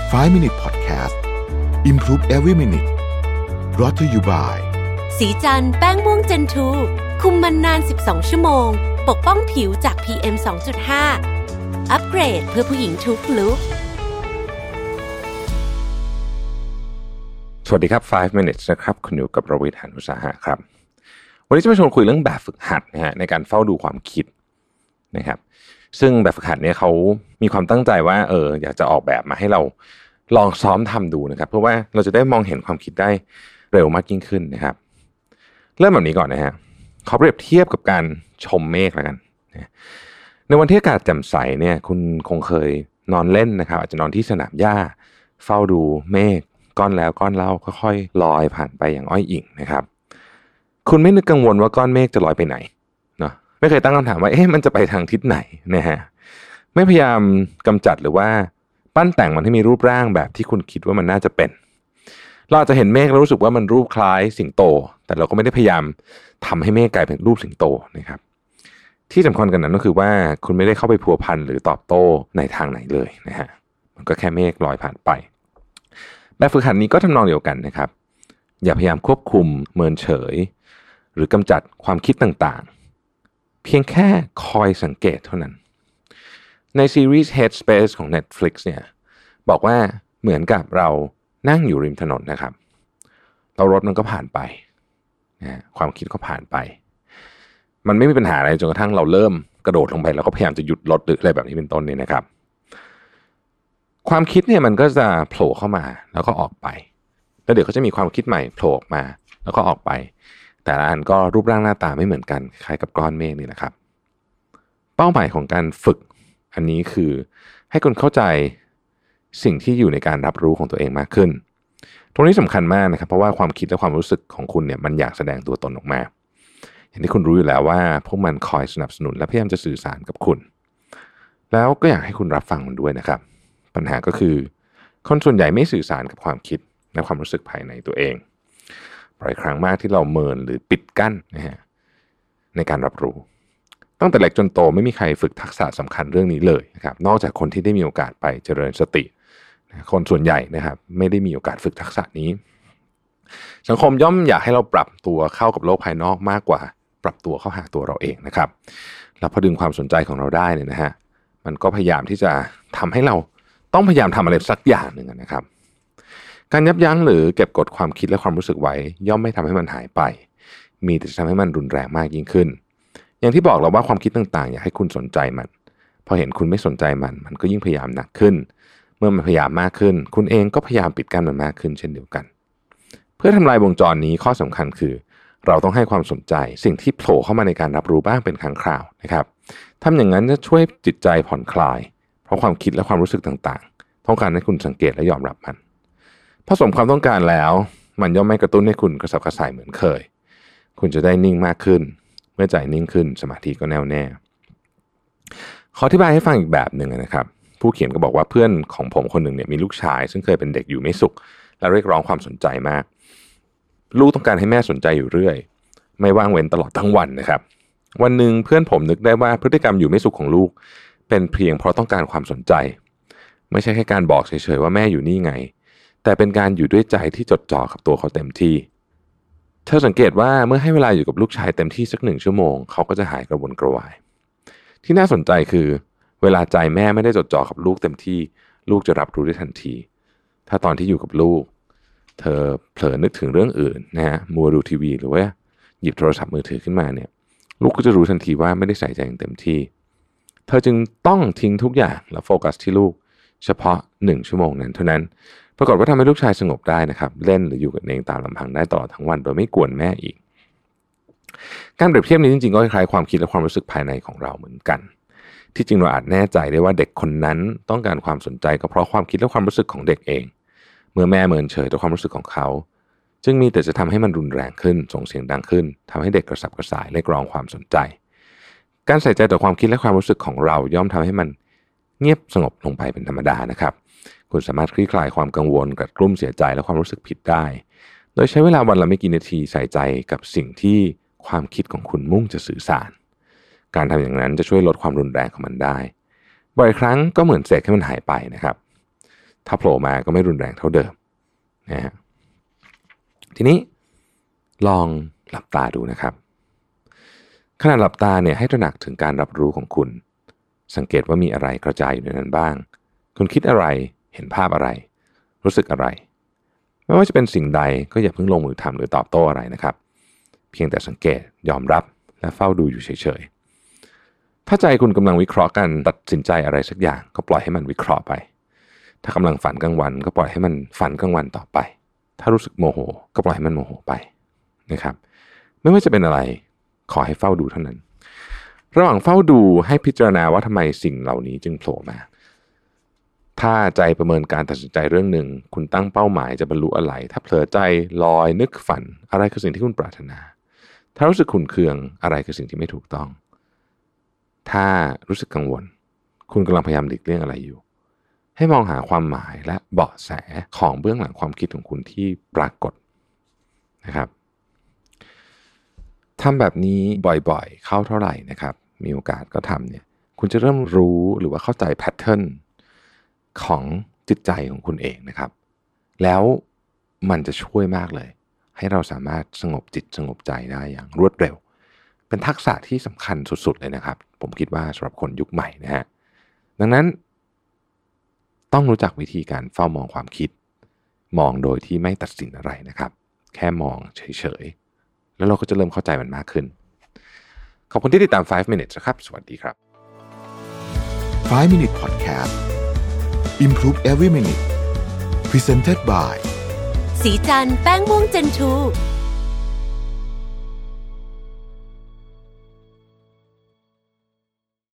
5 Minute Podcast Improve Every Minute brought to you by สีจันแป้งม่วงเจนทูคุมมันนาน12ชั่วโมงปกป้องผิวจาก PM 2.5 อัปเกรดเพื่อผู้หญิงทุกลุคสวัสดีครับ 5 minutes นะครับคุณอยู่กับประวิทย์ หาญอุตสาหะครับวันนี้จะมาชวนคุยเรื่องแบบฝึกหัดนะฮะในการเฝ้าดูความคิดนะครับซึ่งแบบฝึกหัดเนี่ยเขามีความตั้งใจว่าอยากจะออกแบบมาให้เราลองซ้อมทำดูนะครับเพื่อว่าเราจะได้มองเห็นความคิดได้เร็วมากยิ่งขึ้นนะครับเริ่มแบบนี้ก่อนนะฮะขอเปรียบเทียบกับการชมเมฆแล้วกันในวันที่อากาศแจ่มใสเนี่ยคุณคงเคยนอนเล่นนะครับอาจจะนอนที่สนามหญ้าเฝ้าดูเมฆก้อนแล้วก้อนเล่าค่อยๆลอยผ่านไปอย่างอ้อยอิงนะครับคุณไม่นึกกังวลว่าก้อนเมฆจะลอยไปไหนเนาะไม่เคยตั้งคำถามว่ามันจะไปทางทิศไหนนะฮะไม่พยายามกำจัดหรือว่าปั้นแต่งมันให้มีรูปร่างแบบที่คุณคิดว่ามันน่าจะเป็นเราอาจจะเห็นเมฆแล้วรู้สึกว่ามันรูปคล้ายสิงโตแต่เราก็ไม่ได้พยายามทำให้เมฆกลายเป็นรูปสิงโตนะครับที่สำคัญกันนั้นก็คือว่าคุณไม่ได้เข้าไปพัวพันหรือตอบโต้ในทางไหนเลยนะฮะมันก็แค่เมฆลอยผ่านไปแบบฝึกหัดนี้ก็ทำนองเดียวกันนะครับอย่าพยายามควบคุมเมินเฉยหรือกำจัดความคิดต่างๆเพียงแค่คอยสังเกตเท่านั้นในซีรีส์ Headspace ของ Netflix เนี่ยบอกว่าเหมือนกับเรานั่งอยู่ริมถนนนะครับแล้วรถมันก็ผ่านไปนะความคิดก็ผ่านไปมันไม่มีปัญหาอะไรจนกระทั่งเราเริ่มกระโดดลงไปแล้วก็พยายามจะหยุดรถหรืออะไรแบบนี้เป็นต้นเนี่ยนะครับความคิดเนี่ยมันก็จะโผล่เข้ามาแล้วก็ออกไปแล้วเดี๋ยวก็จะมีความคิดใหม่โผล่ออกมาแล้วก็ออกไปแต่ละอันก็รูปร่างหน้าตาไม่เหมือนกันคล้ายกับก้อนเมฆนี่แหละครับเป้าหมายของการฝึกอันนี้คือให้คุณเข้าใจสิ่งที่อยู่ในการรับรู้ของตัวเองมากขึ้นตรงนี้สำคัญมากนะครับเพราะว่าความคิดและความรู้สึกของคุณเนี่ยมันอยากแสดงตัวตนออกมาอย่างที่คุณรู้อยู่แล้วว่าพวกมันคอยสนับสนุนและพยายามจะสื่อสารกับคุณแล้วก็อยากให้คุณรับฟังมันด้วยนะครับปัญหาก็คือคนส่วนใหญ่ไม่สื่อสารกับความคิดและความรู้สึกภายในตัวเองบ่อยครั้งมากที่เราเมินหรือปิดกั้นนะฮะในการรับรู้ตั้งแต่เล็กจนโตไม่มีใครฝึกทักษะสำคัญเรื่องนี้เลยนะครับนอกจากคนที่ได้มีโอกาสไปเจริญสติคนส่วนใหญ่นะครับไม่ได้มีโอกาสฝึกทักษะนี้สังคมย่อมอยากให้เราปรับตัวเข้ากับโลกภายนอกมากกว่าปรับตัวเข้าหาตัวเราเองนะครับแล้วพอดึงความสนใจของเราได้เนี่ยนะฮะมันก็พยายามที่จะทำให้เราต้องพยายามทำอะไรสักอย่างหนึ่งนะครับการยับยั้งหรือเก็บกดความคิดและความรู้สึกไว้ย่อมไม่ทำให้มันหายไปมีแต่จะทำให้มันรุนแรงมากยิ่งขึ้นอย่างที่บอกเราว่าความคิดต่างๆอยากให้คุณสนใจมันพอเห็นคุณไม่สนใจมันก็ยิ่งพยายามหนักขึ้นเมื่อมันพยายามมากขึ้นคุณเองก็พยายามปิดกั้นมันมากขึ้นเช่นเดียวกันเพื่อทำลายวงจรนี้ข้อสำคัญคือเราต้องให้ความสนใจสิ่งที่โผล่เข้ามาในการรับรู้บ้างเป็นครั้งคราวนะครับทำอย่างนั้นจะช่วยจิตใจผ่อนคลายเพราะความคิดและความรู้สึกต่างๆต้องการให้คุณสังเกตและยอมรับมันผสมความต้องการแล้วมันย่อมไม่กระตุ้นให้คุณกระสับกระส่ายเหมือนเคยคุณจะได้นิ่งมากขึ้นเมื่อใจนิ่งขึ้นสมาธิก็แน่วแน่ขออธิบายให้ฟังอีกแบบหนึ่งนะครับผู้เขียนก็บอกว่าเพื่อนของผมคนหนึ่งเนี่ยมีลูกชายซึ่งเคยเป็นเด็กอยู่ไม่สุขและเรียกร้องความสนใจมากลูกต้องการให้แม่สนใจอยู่เรื่อยไม่ว่างเว้นตลอดทั้งวันนะครับวันหนึ่งเพื่อนผมนึกได้ว่าพฤติกรรมอยู่ไม่สุขของลูกเป็นเพียงเพราะต้องการความสนใจไม่ใช่แค่การบอกเฉยๆว่าแม่อยู่นี่ไงแต่เป็นการอยู่ด้วยใจที่จดจ่อกับตัวเขาเต็มที่เธอสังเกตว่าเมื่อให้เวลาอยู่กับลูกชายเต็มที่สัก1 ชั่วโมงเขาก็จะหายกระวนกระวายที่น่าสนใจคือเวลาใจแม่ไม่ได้จดจ่อกับลูกเต็มที่ลูกจะรับรู้ได้ทันทีถ้าตอนที่อยู่กับลูกเธอเผลอนึกถึงเรื่องอื่นนะฮะมัวดูทีวีหรือว่าหยิบโทรศัพท์มือถือขึ้นมาเนี่ยลูกก็จะรู้ทันทีว่าไม่ได้ใส่ใจอย่างเต็มที่เธอจึงต้องทิ้งทุกอย่างแล้วโฟกัสที่ลูกเฉพาะ1 ชั่วโมงนั้นเท่านั้นปรากฏว่าทำให้ลูกชายสงบได้นะครับเล่นหรืออยู่กับเองตามลำพังได้ตลอดทั้งวันโดยไม่กวนแม่อีกการเปรียบเทียบนี้จริงๆก็คล้ายๆความคิดและความรู้สึกภายในของเราเหมือนกันที่จริงเราอาจแน่ใจได้ว่าเด็กคนนั้นต้องการความสนใจก็เพราะความคิดและความรู้สึกของเด็กเองเมื่อแม่เมินเฉยต่อความรู้สึกของเขาจึงมีแต่จะทำให้มันรุนแรงขึ้นส่งเสียงดังขึ้นทำให้เด็กกระสับกระส่ายเรียกร้องความสนใจการใส่ใจต่อความคิดและความรู้สึกของเราย่อมทำให้มันเงียบสงบลงไปเป็นธรรมดานะครับคุณสามารถคลี่คลายความกังวลกระกลุ้มเสียใจและความรู้สึกผิดได้โดยใช้เวลาวันละไม่กี่นาทีใส่ใจกับสิ่งที่ความคิดของคุณมุ่งจะสื่อสารการทำอย่างนั้นจะช่วยลดความรุนแรงของมันได้บ่อยครั้งก็เหมือนเสกให้มันหายไปนะครับถ้าโผล่มาก็ไม่รุนแรงเท่าเดิมนะฮะทีนี้ลองหลับตาดูนะครับขณะหลับตาเนี่ยให้ตระหนักถึงการรับรู้ของคุณสังเกตว่ามีอะไรกระจายอยู่ในนั้นบ้างคุณคิดอะไรเห็นภาพอะไรรู้สึกอะไรไม่ว่าจะเป็นสิ่งใดก็อย่าเพิ่งลงมือทำหรือตอบโต้อะไรนะครับเพียงแต่สังเกตยอมรับและเฝ้าดูอยู่เฉยๆถ้าใจคุณกำลังวิเคราะห์กันตัดสินใจอะไรสักอย่างก็ปล่อยให้มันวิเคราะห์ไปถ้ากำลังฝันกลางวันก็ปล่อยให้มันฝันกลางวันต่อไปถ้ารู้สึกโมโหก็ปล่อยให้มันโมโหไปนะครับไม่ว่าจะเป็นอะไรขอให้เฝ้าดูเท่านั้นระหว่างเฝ้าดูให้พิจารณาว่าทำไมสิ่งเหล่านี้จึงโผล่มาถ้าใจประเมินการตัดสินใจเรื่องหนึ่งคุณตั้งเป้าหมายจะบรรลุอะไรถ้าเผลอใจลอยนึกฝันอะไรคือสิ่งที่คุณปรารถนาถ้ารู้สึกขุ่นเคืองอะไรคือสิ่งที่ไม่ถูกต้องถ้ารู้สึกกังวลคุณกำลังพยายามหลีกเลี่ยงอะไรอยู่ให้มองหาความหมายและเบาะแสของเบื้องหลังความคิดของคุณที่ปรากฏนะครับทำแบบนี้บ่อยๆเข้าเท่าไหร่นะครับมีโอกาสก็ทำเนี่ยคุณจะเริ่มรู้หรือว่าเข้าใจแพทเทิร์นของจิตใจของคุณเองนะครับแล้วมันจะช่วยมากเลยให้เราสามารถสงบจิตสงบใจได้อย่างรวดเร็วเป็นทักษะที่สำคัญสุดๆเลยนะครับผมคิดว่าสำหรับคนยุคใหม่นะฮะดังนั้นต้องรู้จักวิธีการเฝ้ามองความคิดมองโดยที่ไม่ตัดสินอะไรนะครับแค่มองเฉยๆแล้วเราก็จะเริ่มเข้าใจมันมากขึ้นขอบคุณที่ติดตาม 5 minutes นะครับสวัสดีครับ 5 minute podcast Improve every minute Presented by สีจันทร์แป้งม่วงเจนทู